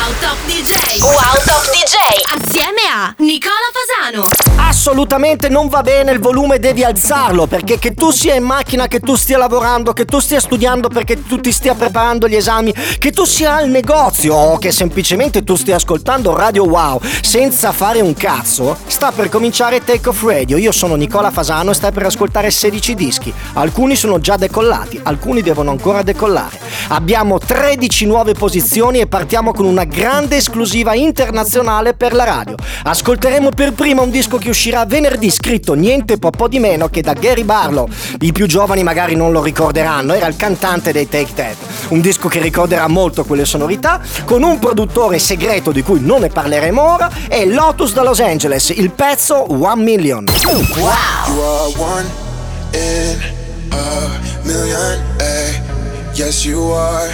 Top DJ. Wow Top DJ. Assieme a Nicola Fasano. Assolutamente non va bene il volume, devi alzarlo, perché che tu sia in macchina, che tu stia lavorando, che tu stia studiando, perché tu ti stia preparando gli esami, che tu sia al negozio o che semplicemente tu stia ascoltando Radio Wow senza fare un cazzo, sta per cominciare Take Off Radio. Io sono Nicola Fasano e stai per ascoltare 16 dischi. Alcuni sono già decollati, alcuni devono ancora decollare. Abbiamo 13 nuove posizioni e partiamo con una grande esclusiva internazionale per la radio. Ascolteremo per prima un disco che uscirà venerdì, scritto niente po' di meno che da Gary Barlow. I più giovani magari non lo ricorderanno, era il cantante dei Take That. Un disco che ricorderà molto quelle sonorità, con un produttore segreto di cui non ne parleremo ora, e Lotus da Los Angeles, il pezzo 1 Million. Wow! You are one in a million, ay. Yes you are.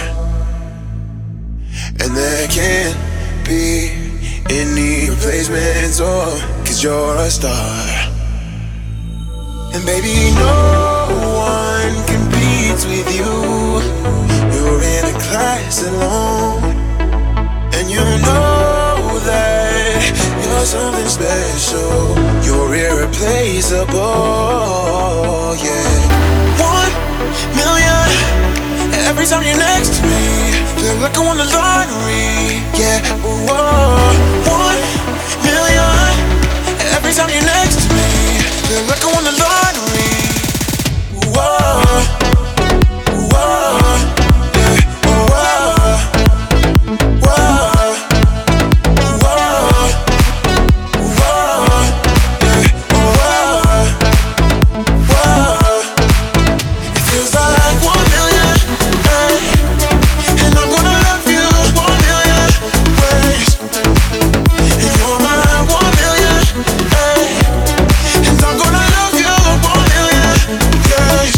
And there can't be any replacements, oh, 'cause you're a star. And baby, no one competes with you. You're in a class alone. And you know that you're something special. You're irreplaceable, yeah. 1 million. Every time you're next to me, feel like I won the lottery, yeah. Whoa. 1 million. Every time you're next to me, feel like I won the lottery. Whoa. Whoa. Yeah. Whoa. Whoa. Whoa. Whoa. Yeah. Whoa. Whoa. It feels like 1 million. And I'm gonna love you 1 million ways. And you're my 1 million, ay. And I'm gonna love you 1 million ways.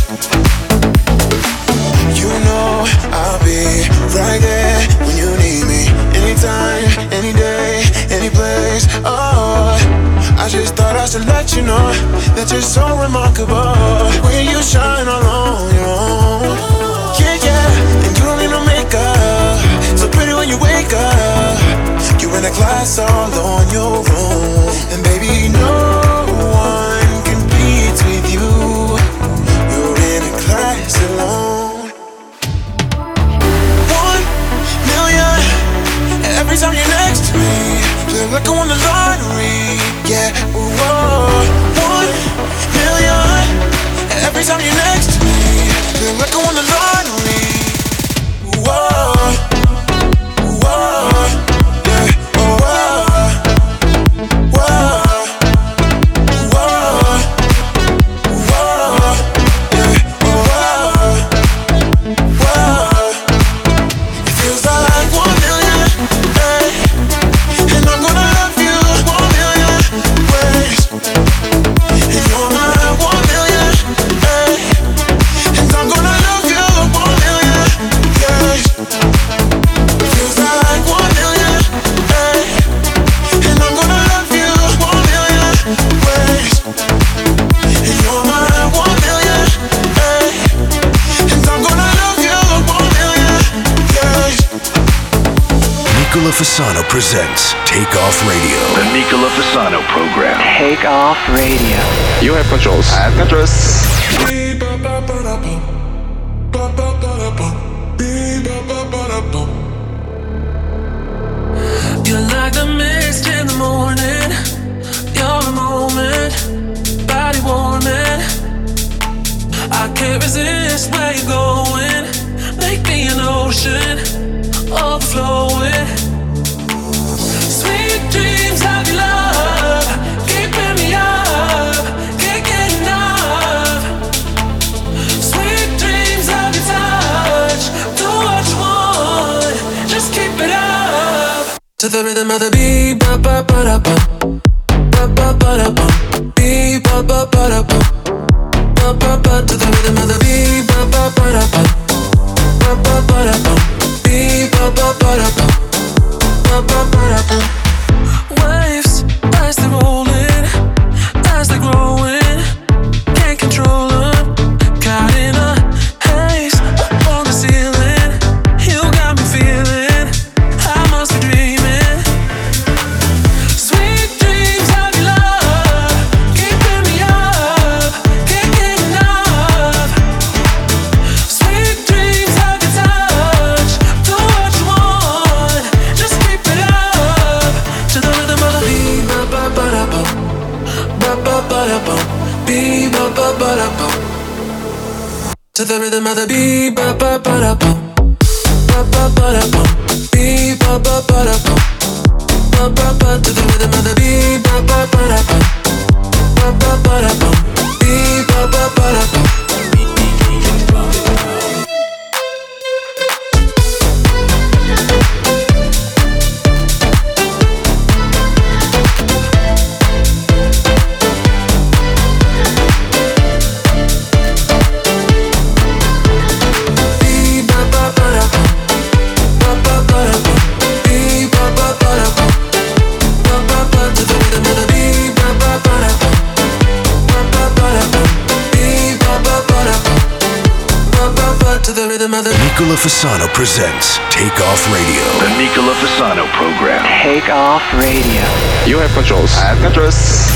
You know I'll be right there when you need me. Anytime, any day, any place. Oh, I just thought I should let you know that you're so remarkable. When you shine all on your own. Yeah, yeah, and you don't need no makeup. So pretty when you wake up. You're in a class all on your own. And baby, no one competes with you. You're in a class alone. 1 million. Every time you're next to me, feel like I won the lottery, yeah. Whoa. 1 million. Every time you're next to me, feel like I won the lottery. Whoa. Whoa. Yeah. Whoa. Whoa. Whoa. Whoa. Yeah. Whoa. Whoa. It feels like 1 million, ay. And I'm gonna love you 1 million ways. And you're my 1 million, ay. And I'm gonna love you 1 million ways. It feels like 1 million, ay. And I'm gonna love you 1 million ways. And you're my 1 million, ay. And I'm gonna love you 1 million ways. Nicola Fasano presents Take Off Radio. The Nicola Fasano program. Take Off Radio. You have controls. I have controls. You're like the mist in the morning. You're a moment, body warming. I can't resist where you're going. Make me an ocean, overflowing. Sweet dreams of your love, keeping me up, can't get enough. Sweet dreams of your touch, do what you want, just keep it up. To the rhythm of the beat, ba ba ba da bum, ba ba ba da bum, beat ba ba ba da bum, ba ba ba. To the rhythm of the beat, ba ba ba da bum, ba ba ba da bum, beat ba ba ba da bum, ba ba ba da bum. Waves as they're rolling, as they're growing, can't control them. Caught in a haze on the ceiling, you got me feeling I must be dreaming. ba da bum. To the rhythm of the beat, ba ba ba da bum. Ba ba ba da bum. Beat, ba ba ba da bum. Ba ba ba. To the rhythm of the beat, ba ba ba da bum. Ba ba ba da bum. Beat, ba ba ba da bum. Nicola Fasano presents Take Off Radio. The Nicola Fasano program. Take Off Radio. You have controls. I have controls.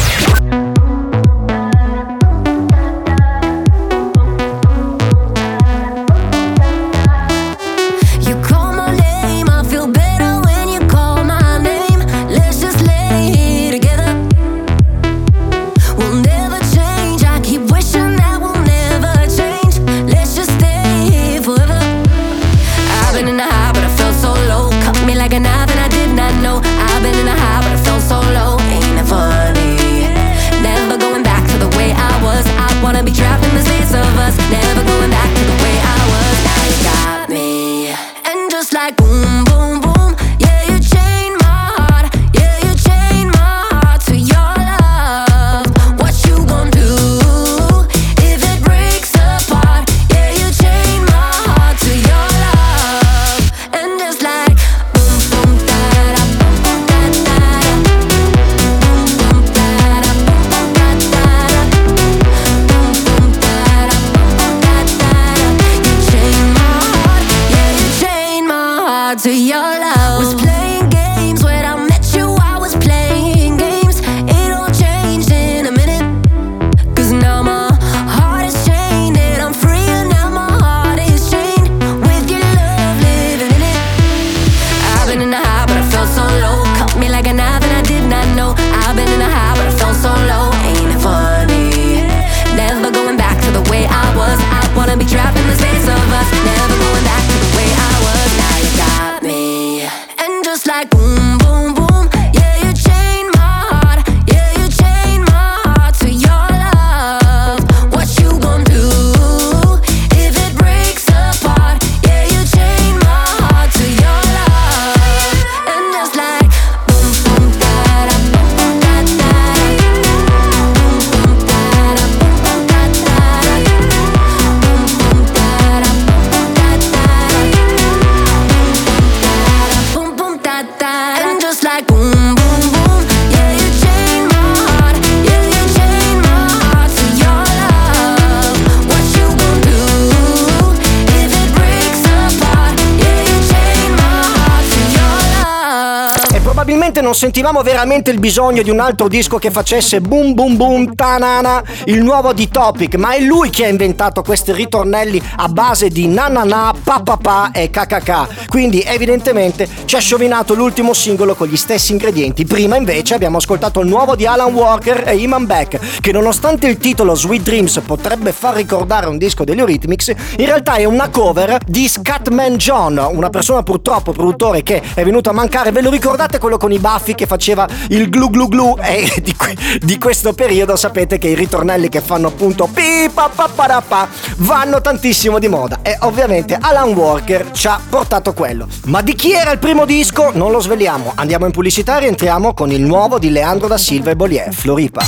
Non sentivamo veramente il bisogno di un altro disco che facesse boom boom boom tanana, il nuovo di Topic, ma è lui che ha inventato questi ritornelli a base di na na na, pa pa pa e KKK, quindi evidentemente ci ha sciovinato l'ultimo singolo con gli stessi ingredienti. Prima invece abbiamo ascoltato il nuovo di Alan Walker e Iman Beck, che nonostante il titolo Sweet Dreams potrebbe far ricordare un disco degli Eurythmics, in realtà è una cover di Scatman John, una persona purtroppo produttore che è venuto a mancare. Ve lo ricordate quello con i baffi che faceva il glu glu glu? E di questo periodo sapete che i ritornelli che fanno appunto pi pa pa pa da pa vanno tantissimo di moda, e ovviamente Alan Walker ci ha portato quello. Ma di chi era il primo disco? Non lo sveliamo. Andiamo in pubblicità e rientriamo con il nuovo di Leandro da Silva e Bollier, Floripa.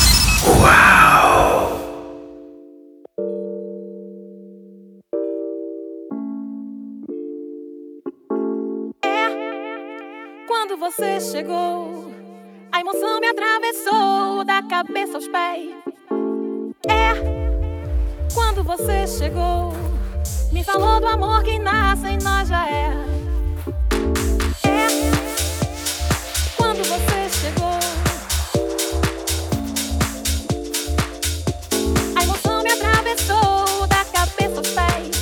Wow. Quando você chegou, a emoção me atravessou da cabeça aos pés. Quando você chegou, me falou do amor que nasce em nós já é. Quando você chegou, a emoção me atravessou da cabeça aos pés.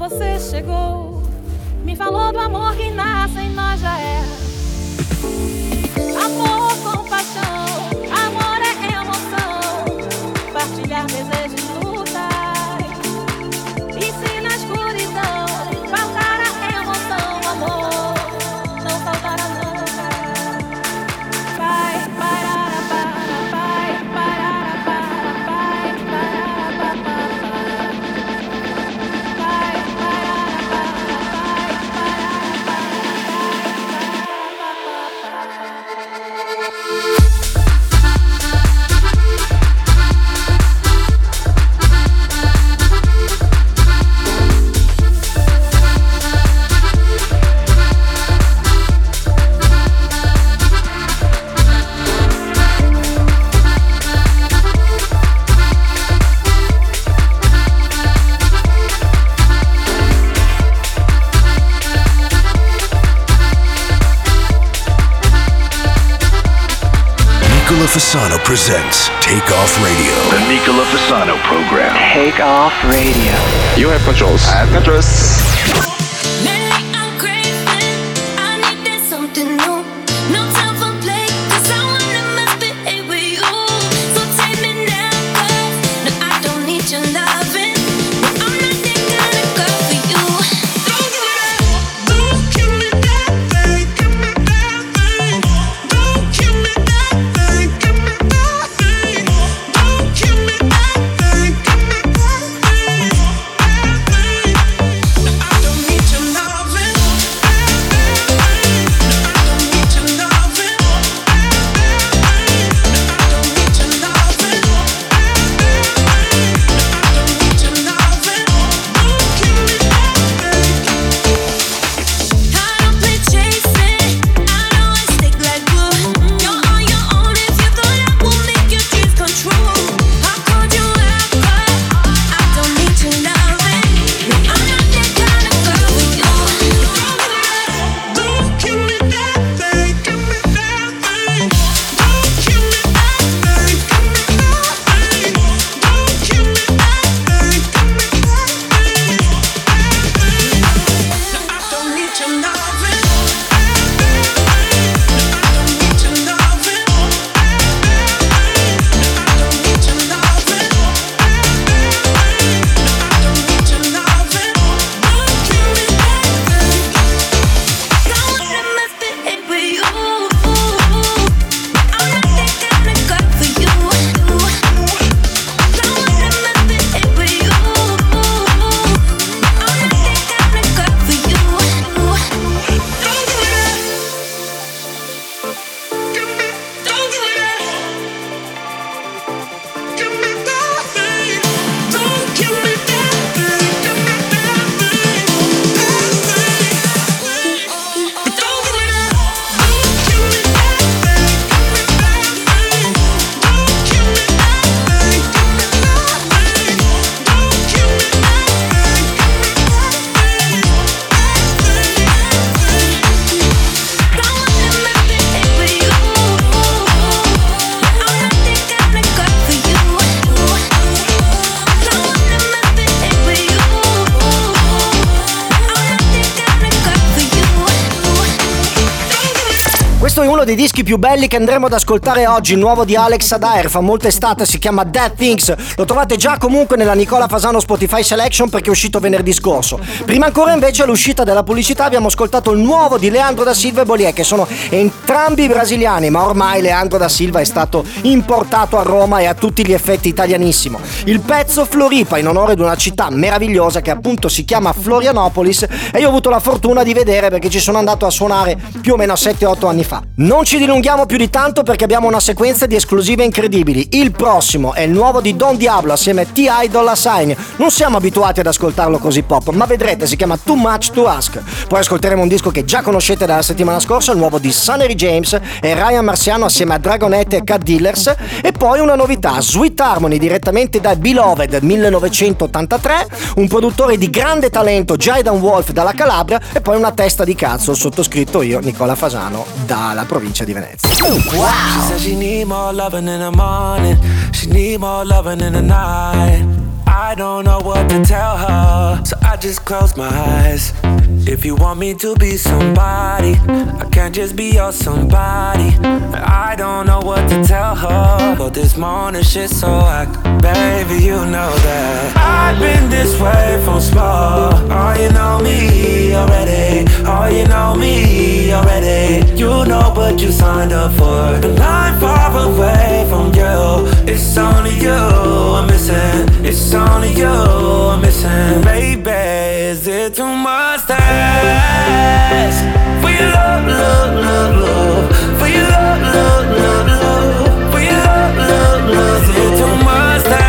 você chegou, me falou do amor que nasce em nós já é. Amor com paixão, amor é emoção, partilhar desejos, lutar. E se na escuridão faltar a emoção, amor, não faltará nunca. Vai, parará, vai, parará, vai, parará, vai, Nicola Fasano presents Take Off Radio. The Nicola Fasano program. Take Off Radio. You have controls. I have controls. Lately I'm craving, I needed something new. No time for play, 'cause I wanna misbehave with you. So take me now, 'cause no, I don't need your loving. I'm not the kind of girl for you. Don't give it up, don't give me that thing, give me that thing. Don't give me that thing, give me that thing. Don't give me that thing, give me that thing, that thing. I don't need your loving. Questo è uno dei dischi più belli che andremo ad ascoltare oggi, il nuovo di Alex Adair, fa molta estate, si chiama Dead Things, lo trovate già comunque nella Nicola Fasano Spotify Selection perché è uscito venerdì scorso. Prima ancora invece all'uscita della pubblicità abbiamo ascoltato il nuovo di Leandro da Silva e Bolier, che sono entrambi brasiliani, ma ormai Leandro da Silva è stato importato a Roma e a tutti gli effetti italianissimo. Il pezzo Floripa, in onore di una città meravigliosa che appunto si chiama Florianopolis, e io ho avuto la fortuna di vedere perché ci sono andato a suonare più o meno 7-8 anni fa. Non ci dilunghiamo più di tanto perché abbiamo una sequenza di esclusive incredibili. Il prossimo è il nuovo di Don Diablo assieme a T.I. Dolla $ign. Non siamo abituati ad ascoltarlo così pop, ma vedrete, si chiama Too Much to Ask. Poi ascolteremo un disco che già conoscete dalla settimana scorsa, il nuovo di Sunnery James e Ryan Marciano assieme a Dragonette e Cat Dealers, e poi una novità, Sweet Harmony direttamente da Beloved 1983, un produttore di grande talento, Jaydan Wolf dalla Calabria, e poi una testa di cazzo, il sottoscritto io, Nicola Fasano, da alla provincia di Venezia. She said she need more loving in the morning. She need more loving in the night. I don't know what to tell her, so I just close my eyes. If you want me to be somebody, I can't just be your somebody. I don't know what to tell her, but this morning shit's so hot. Baby, you know that I've been this way from small. Oh, you know me already. Oh, you know me already. You know what you signed up for, but I'm far away from you. It's only you I'm missing. It's only you I'm missing. Baby, is it too much to ask for your love, love, love, love? For your love, love, love, love? For your love, love, love? Is it too much to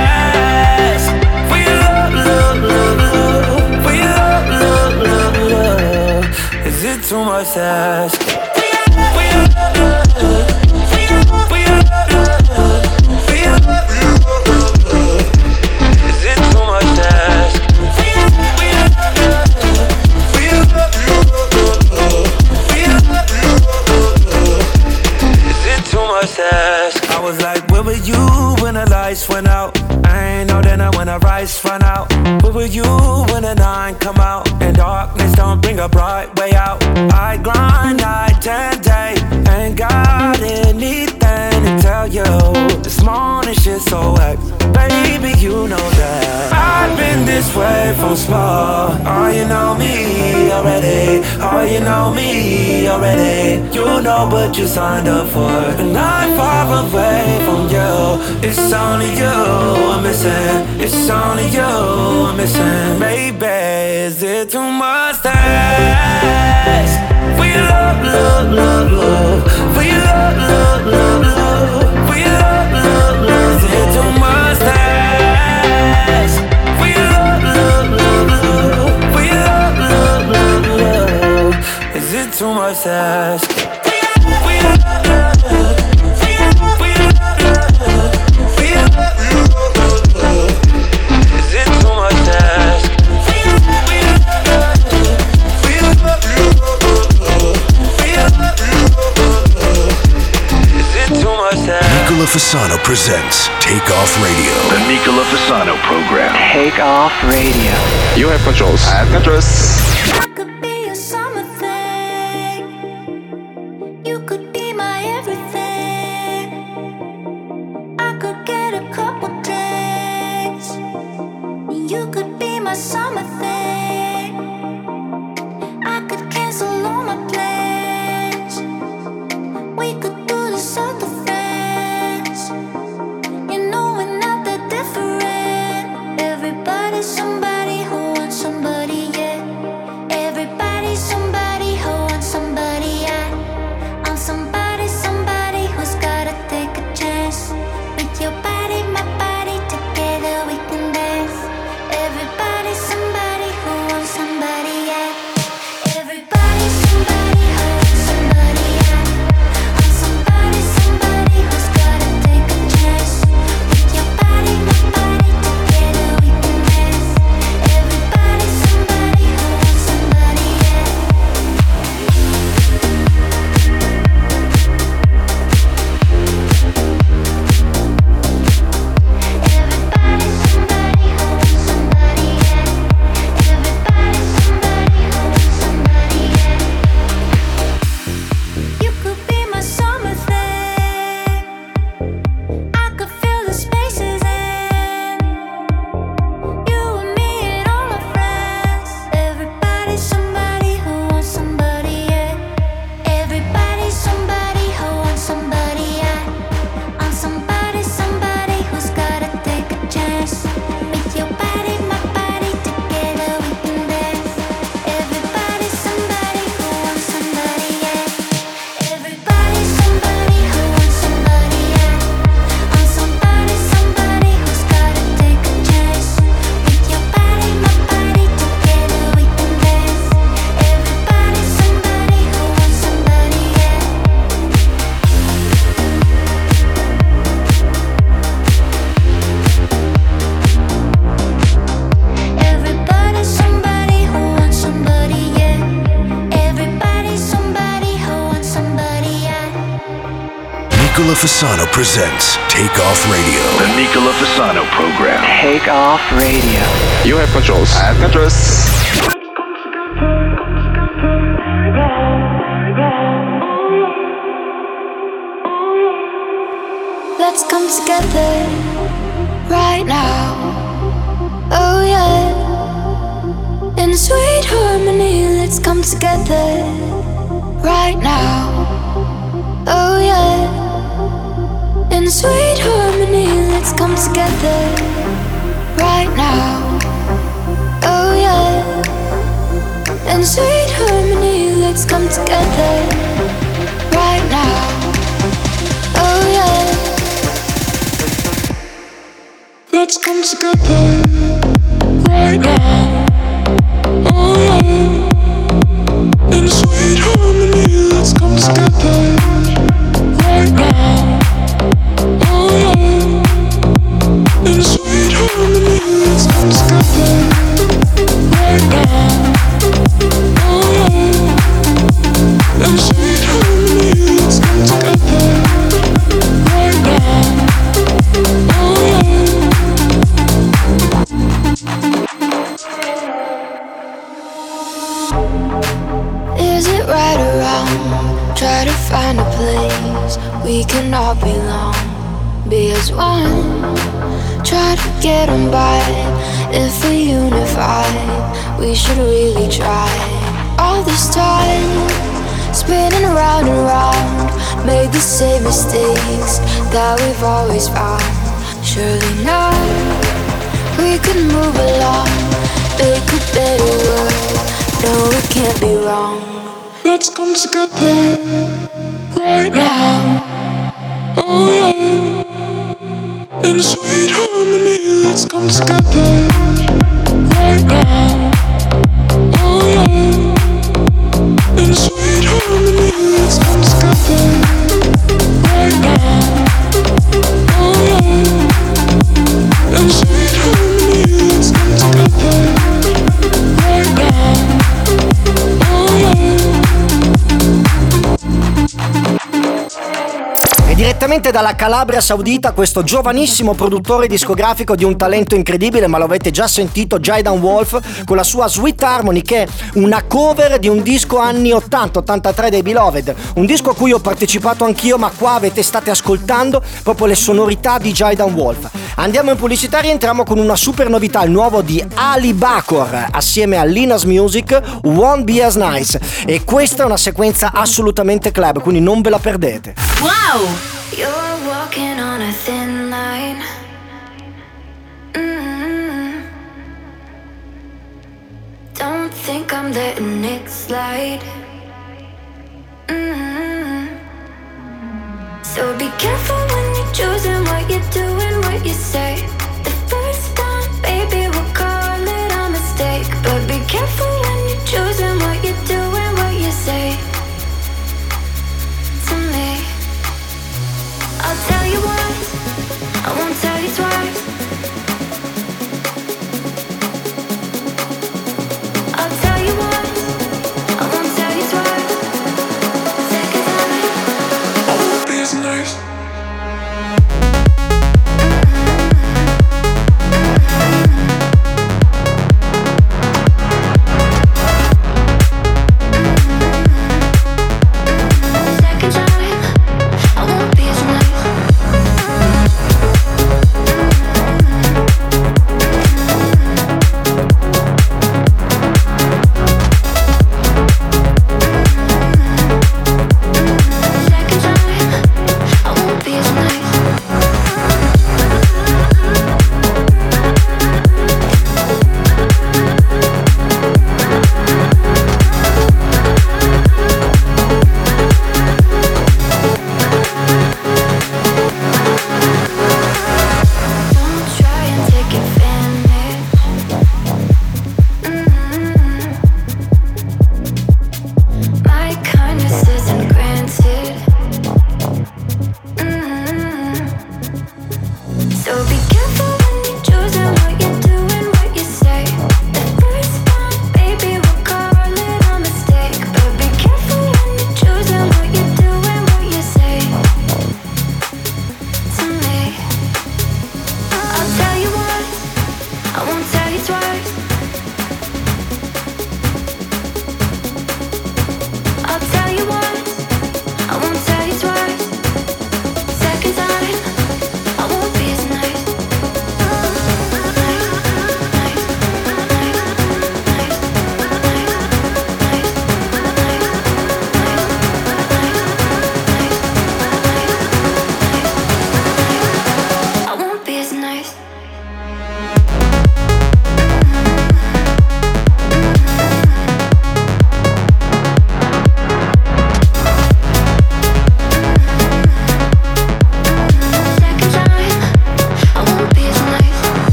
ask for your love, love, love, love? For your love, love, love, love? Is it too much to ask? For your love, love, love. For your love, love. For your love, love, love. Is it too much to ask? For your love, love. For your love, love, love. For your love, love, love. Is it too much to ask? I was like, where were you when the lights went out? I ain't know then when the rice run out. Where were you when the nine come out? And darkness don't bring a bright way out. I grind night and day, ain't got anything to tell you. This morning shit's so wet, baby, you know that I've been this way from small. Oh, you know me already. Oh, you know me already. You know what you signed up for, and I'm far away from you. It's only you I'm missing. It's only you I'm missing. Baby, is it too much to ask for your love, love, love, love? For your love, love, love, love? For your love, love, love? Is it too much to ask for your love, love, love, love? For your love, love, love, love? Is it too much to ask? For your love, love, love. For your love, love, love. For your love, love, love. Is it too much to ask? For your love, love, love. For your love, love, love. For your love, love, love. Is it too much to ask? Nicola Fasano presents Take Off Radio. The Nicola Fasano program. Take Off Radio. You have controls. I have controls. I could be a summer thing. You could be my everything. I could get a couple drinks. You could be my summer thing. I could cancel all my plans. We could do this at the fence. You know we're not that different. Everybody's somebody who wants somebody, yeah. Fasano presents Take Off Radio. The Nicola Fasano program. Take Off Radio. You have controls. I have controls. Let's come together right now. Oh yeah. In sweet harmony, let's come together right now. Oh yeah. In sweet harmony, let's come together right now. Oh yeah. In sweet harmony, let's come together right now. Oh yeah. Let's come together right now. Oh yeah. In sweet harmony, let's come together right now. Oh yeah. In sweet harmony, let's come together right now. Oh yeah. In sweet harmony, let's come together right now. Oh yeah. Is it right or wrong? Try to find a place we can all belong. Be as one. Try to get on by. If we unify, we should really try. All this time, spinning around and round, make the same mistakes that we've always found. Surely now we could move along, make a better world. No, it can't be wrong. Let's come together right now. Oh yeah. In sweet harmony, let's come together right now. Oh yeah. In sweet harmony, let's come together right now. Oh yeah. In sweet harmony, let's come together right now. E direttamente dalla Calabria Saudita questo giovanissimo produttore discografico di un talento incredibile, ma lo avete già sentito, Jaydan Wolf con la sua Sweet Harmony, che è una cover di un disco anni 80-83 dei Beloved, un disco a cui ho partecipato anch'io, ma qua state ascoltando proprio le sonorità di Jaydan Wolf. Andiamo in pubblicità, rientriamo con una super novità, il nuovo di Ali Bakor assieme a Linas Music, Won't Be As Nice, e questa è una sequenza assolutamente club, quindi non ve la perdete. Wow! You're walking on a thin line. Don't think I'm letting it slide. So be careful when you're choosing what you're doing, what you say. The first time, baby, we'll call it a mistake. But be careful when you're choosing what you're doing, what you say to me. I'll tell you once, I won't tell you twice. I'll tell you once, I won't tell you twice. Second time, I won't be as nice.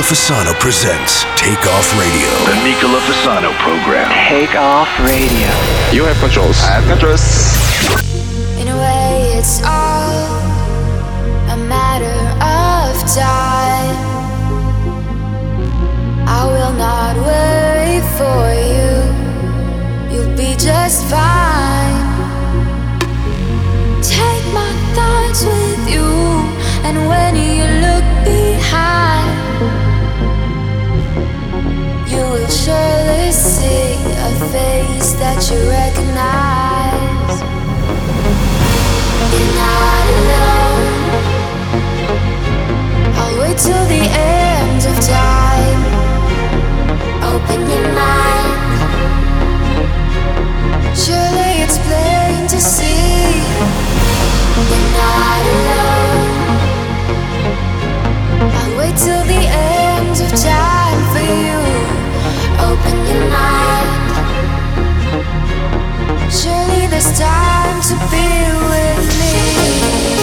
Fasano presents Take Off Radio. The Nicola Fasano program. Take Off Radio. You have controls. I have controls. In a way, it's all a matter of time. I will not worry for you. You'll be just fine. Take my thoughts with you, and when you look behind, you will surely see a face that you recognize. You're not alone. I'll wait till the end of time. Open your mind. Surely it's plain to see. You're not alone. I'll wait till the end of time for you. Open your mind. Surely there's time to be with me.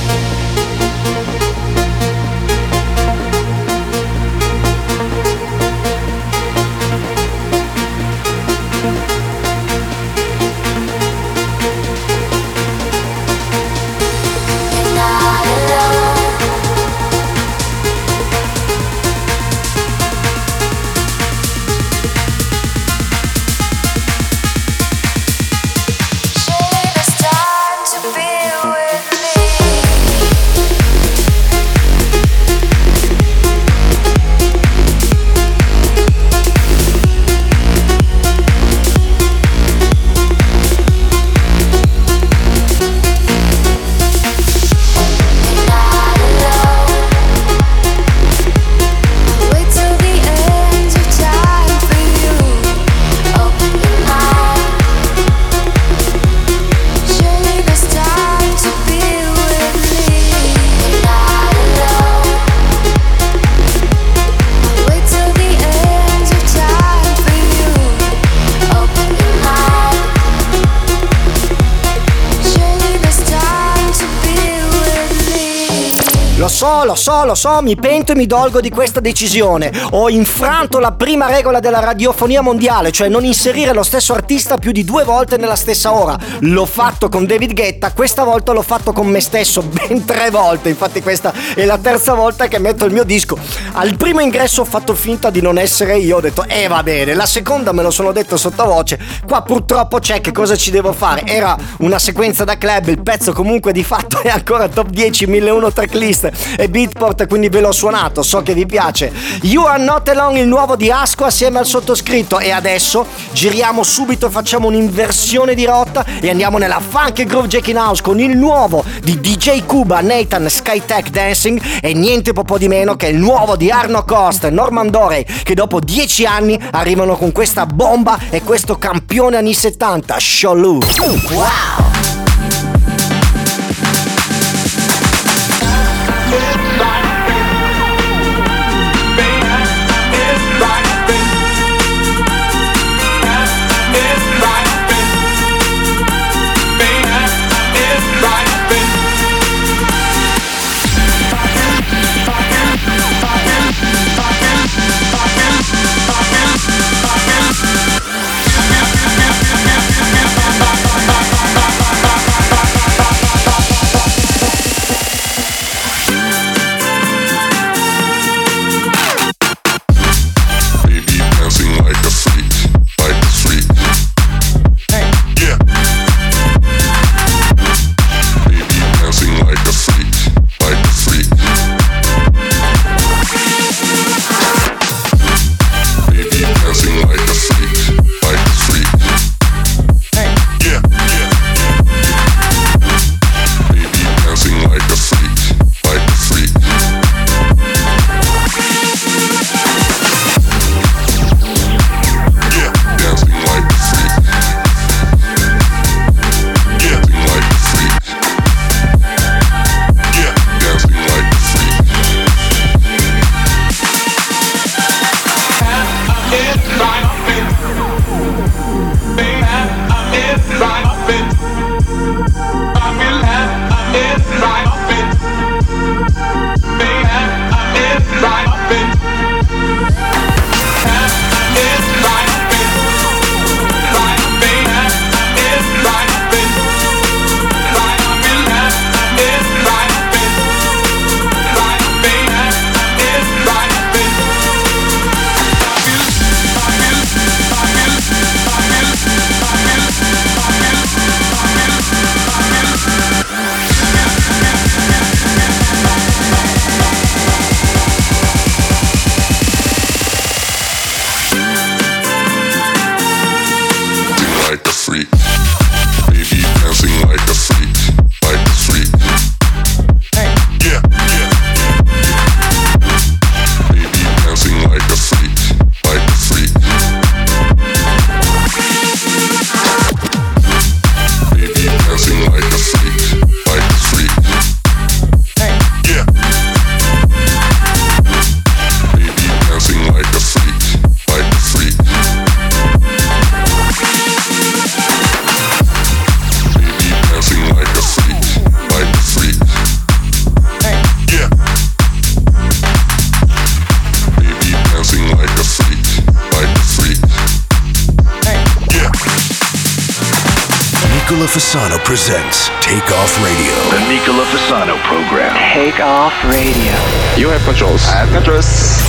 Lo so, mi pento e mi dolgo di questa decisione. Ho infranto la prima regola della radiofonia mondiale, cioè non inserire lo stesso artista più di 2 volte nella stessa ora. L'ho fatto con David Guetta, questa volta l'ho fatto con me stesso ben 3 volte. Infatti questa è la terza volta che metto il mio disco. Al primo ingresso ho fatto finta di non essere io, ho detto va bene. La seconda me lo sono detto sottovoce, qua purtroppo c'è, che cosa ci devo fare? Era una sequenza da club, il pezzo comunque di fatto è ancora top 10, 1001 tracklist e Beatport, quindi ve l'ho suonato, so che vi piace. You Are Not Alone, il nuovo di Asco assieme al sottoscritto. E adesso giriamo subito, facciamo un'inversione di rotta e andiamo nella Funk Groove Jacking House con il nuovo di DJ Cuba, Nathan Skytech Dancing, e niente po' di meno che il nuovo di Arno Cost e Norman Doray, che dopo 10 anni arrivano con questa bomba e questo campione anni 70, Show Loose. Wow! Nicola Fasano presents Take Off Radio. The Nicola Fasano program. Take Off Radio. You have controls. I have controls.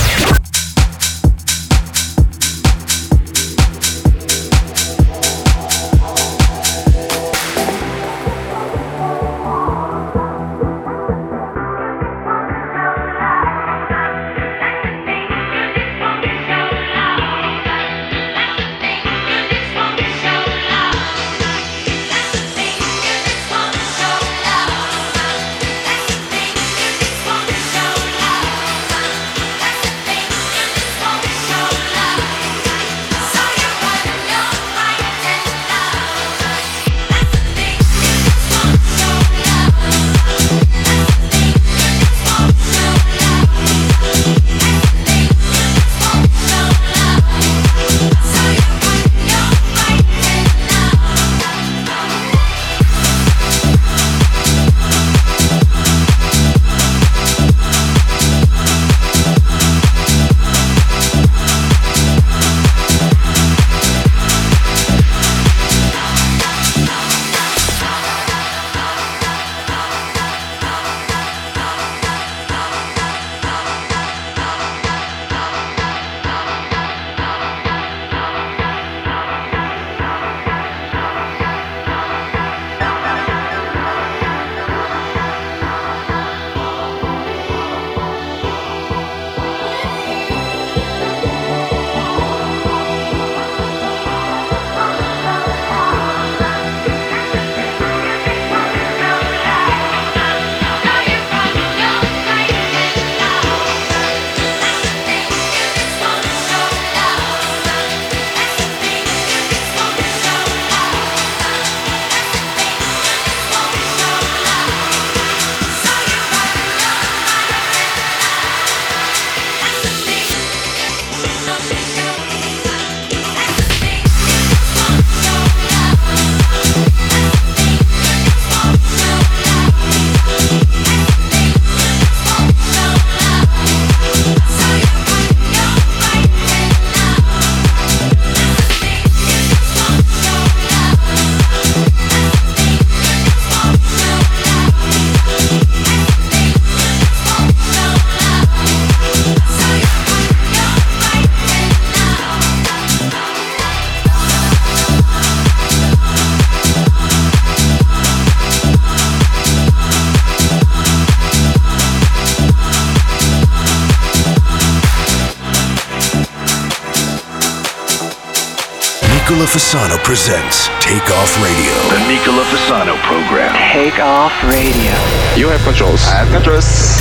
Nicola Fasano presents Take Off Radio. The Nicola Fasano program. Take Off Radio. You have controls. I have controls.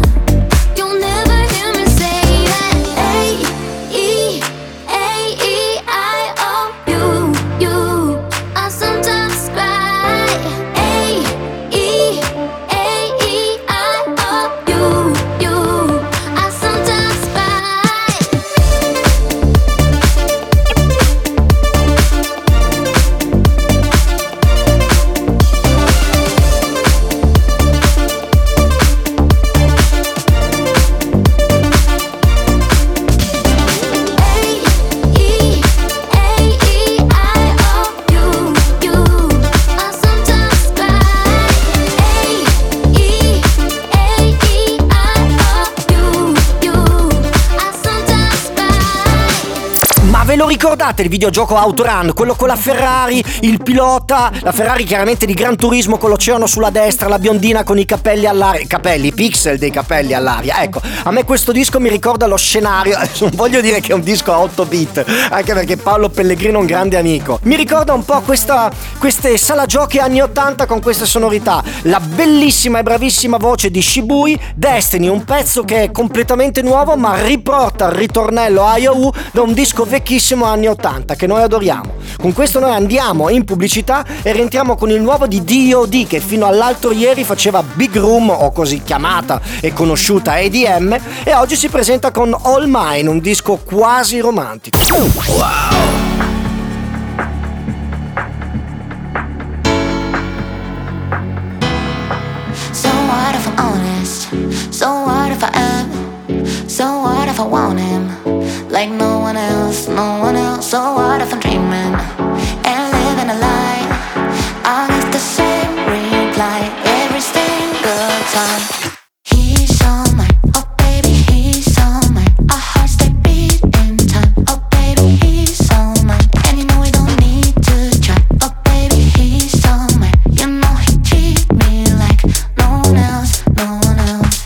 Hey, lo ricordate il videogioco Outrun? Quello con la Ferrari, il pilota, la Ferrari chiaramente di Gran Turismo con l'oceano sulla destra, la biondina con i capelli all'aria, i pixel dei capelli all'aria. Ecco, a me questo disco mi ricorda lo scenario, non voglio dire che è un disco a 8 bit, anche perché Paolo Pellegrino è un grande amico. Mi ricorda un po' queste sala giochi anni 80 con queste sonorità, la bellissima e bravissima voce di Shibui, Destiny, un pezzo che è completamente nuovo ma riporta il ritornello IOU da un disco vecchissimo anni 80 che noi adoriamo. Con questo noi andiamo in pubblicità e rientriamo con il nuovo di D.O.D. che fino all'altro ieri faceva Big Room, o così chiamata e conosciuta EDM, e oggi si presenta con All Mine, un disco quasi romantico. So what if I'm honest? So what if I am? So what if I want him? Like no one else, no one else. So what if I'm dreaming and living a lie? I'll get the same reply every single time. He's all mine, oh baby, he's all mine. Our hearts they beat in time, oh baby, he's all mine. And you know we don't need to try, oh baby, he's all mine. You know he treat me like no one else, no one else.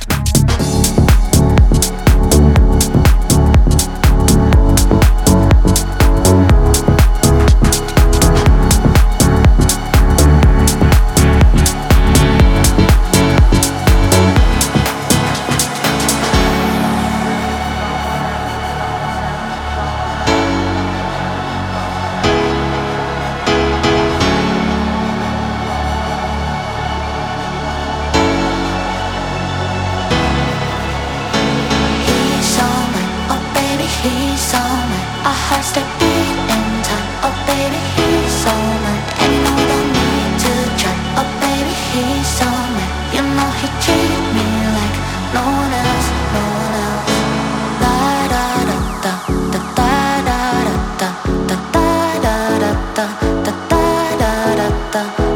He's all mine, our hearts they beat in time. Oh baby, he's all mine, and you know we don't need to try. Oh baby, he's all mine. You know he treat me like no one else, no one else. Da da da da da da da da da da da da da da da da da.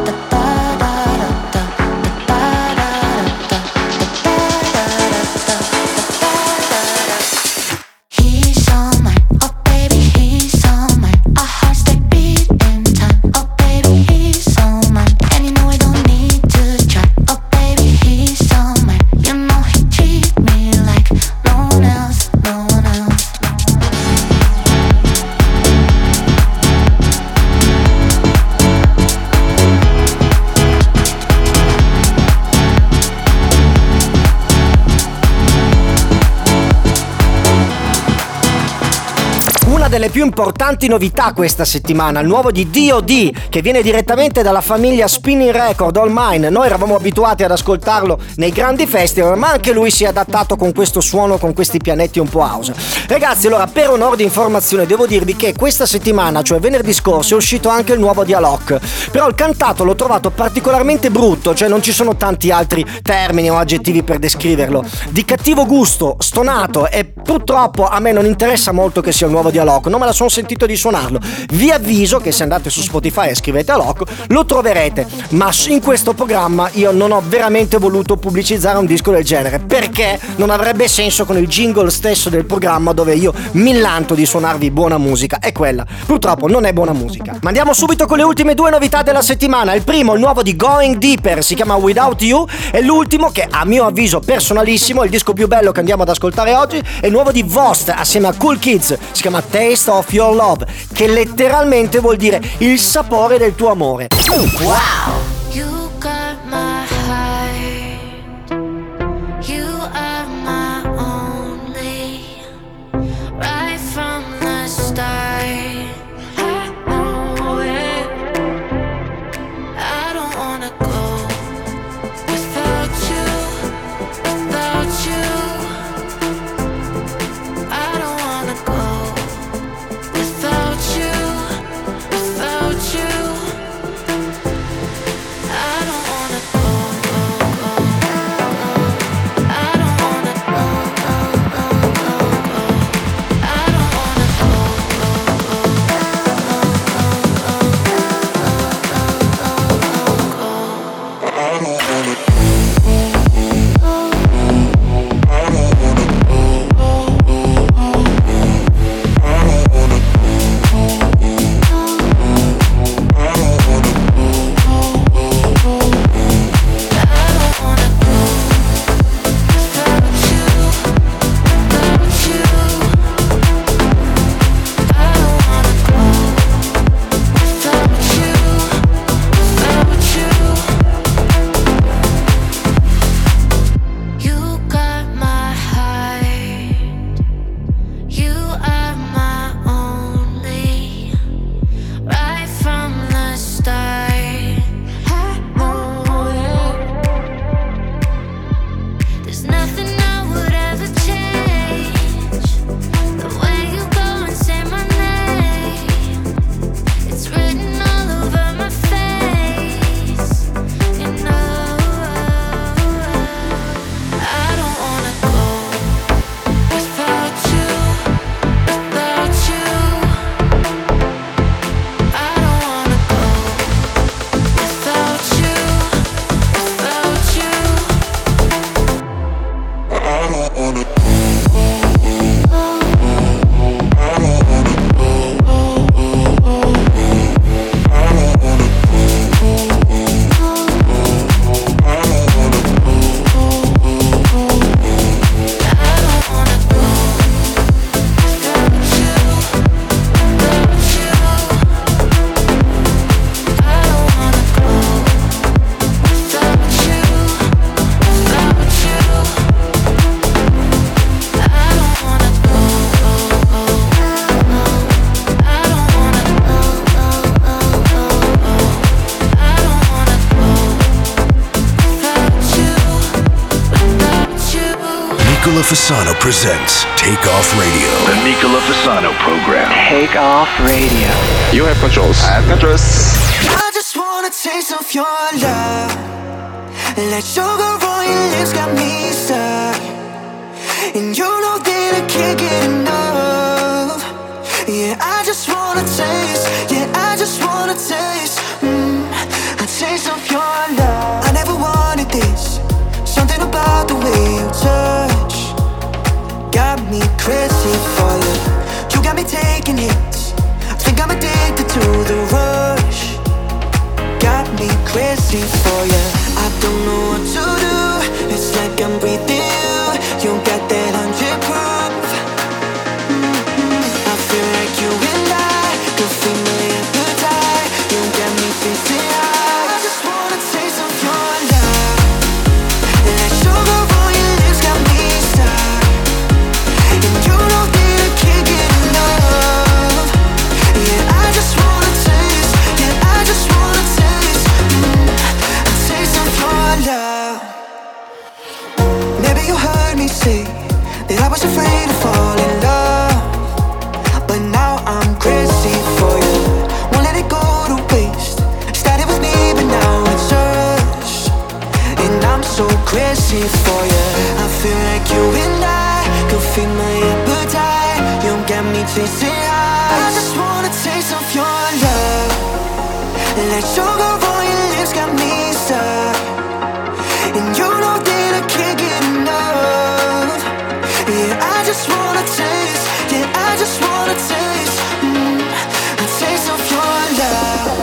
Delle più importanti novità questa settimana, il nuovo di D.O.D. che viene direttamente dalla famiglia Spinning Record, All Mine. Noi eravamo abituati ad ascoltarlo nei grandi festival, ma anche lui si è adattato con questo suono, con questi pianetti un po' house. Ragazzi, allora, per onore di informazione devo dirvi che questa settimana, cioè venerdì scorso, è uscito anche il nuovo di Alok, però il cantato l'ho trovato particolarmente brutto, cioè non ci sono tanti altri termini o aggettivi per descriverlo, di cattivo gusto, stonato, e purtroppo a me non interessa molto che sia il nuovo di Alok, non me la sono sentito di suonarlo. Vi avviso che se andate su Spotify e scrivete Alok lo troverete, ma in questo programma io non ho veramente voluto pubblicizzare un disco del genere, perché non avrebbe senso con il jingle stesso del programma dove io millanto di suonarvi buona musica, e quella purtroppo non è buona musica. Ma andiamo subito con le ultime due novità della settimana. Il primo, il nuovo di Going Deeper, si chiama Without You, e l'ultimo, che a mio avviso personalissimo è il disco più bello che andiamo ad ascoltare oggi, è il nuovo di Vost assieme a Cool Kids, si chiama Taste of Your Love, che letteralmente vuol dire il sapore del tuo amore. Wow! You got my heart. You are my only. Right from the start, I know it. I don't wanna go without you, without you. I don't wanna go without you, without you. I don't wanna go. Nicola Fasano presents Take Off Radio. The Nicola Fasano program. Take Off Radio. You have controls. I have controls. I just want a taste of your love. Let sugar on your lips got me stuck. And you know that I can't get enough. Yeah, I just wanna taste. Yeah, I just wanna taste. A taste of your love. I never wanted this. Something about the way you touch got me crazy for you. You got me taking hits. I think I'm addicted to the rush. Got me crazy for you. I don't know what to do. It's like I'm breathing you. You got that 100 proof. I feel like you and I could feel my appetite. You got me chasing high. I just want a taste of your love. That sugar on your lips got me stuck. And you know that I can't get enough. Yeah, I just wanna taste. Yeah, I just wanna taste. A taste of your love. Maybe you heard me say that I was afraid to fall in love, but now I'm crazy for you. Won't let it go to waste. Started with me, but now it's us. And I'm so crazy for you. I feel like you and I could feel my appetite. You got me chasing high. I just want a taste of your love. Let sugar on your lips got me stuck. And you know that I can't get enough. Yeah, I just wanna taste. Yeah, I just wanna taste. A taste of your love.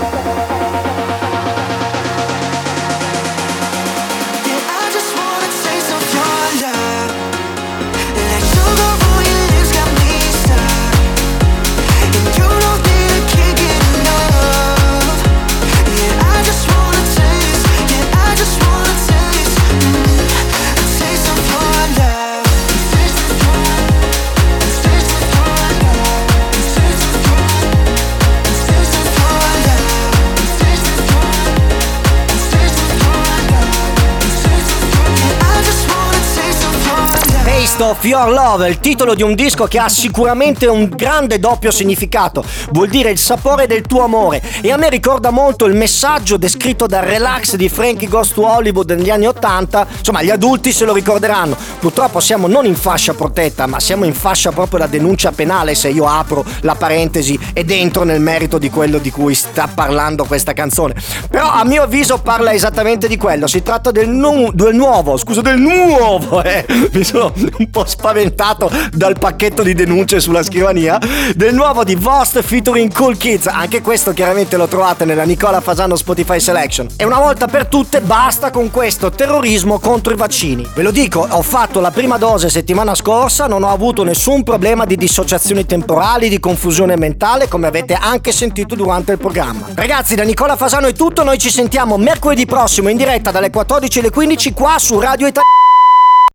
Yeah, I just wanna taste of your love. Like sugar on your lips got me stuck. And you know that I can't get enough. Yeah, I just wanna taste. Yeah, I just wanna taste. A taste of your love. A taste of your love. A taste of your love. A taste of your love. A taste of your love. A taste of your love. A taste of your love. A taste of your love. Yeah, I just wanna taste of your love. Taste of Your Love è il titolo di un disco che ha sicuramente un grande doppio significato. Vuol dire il sapore del tuo amore, e a me ricorda molto il messaggio descritto dal Relax di Frankie Goes to Hollywood negli anni '80. Insomma, gli adulti se lo ricorderanno. Purtroppo siamo non in fascia protetta, ma siamo in fascia proprio da denuncia penale, se io apro la parentesi ed entro nel merito di quello di cui sta parlando questa canzone. Però a mio avviso parla esattamente di quello. Si tratta del nuovo. Mi sono un po' spaventato dal pacchetto di denunce sulla scrivania. Del nuovo di Vost featuring Cool Kids. Anche questo chiaramente lo trovate nella Nicola Fasano Spotify Selection. E una volta per tutte basta con questo terrorismo contro i vaccini. Ve lo dico, ho fatto la prima dose settimana scorsa, non ho avuto nessun problema di dissociazioni temporali, di confusione mentale, come avete anche sentito durante il programma. Ragazzi, da Nicola Fasano è tutto, noi ci sentiamo mercoledì prossimo in diretta dalle 14 alle 15 qua su Radio Italia.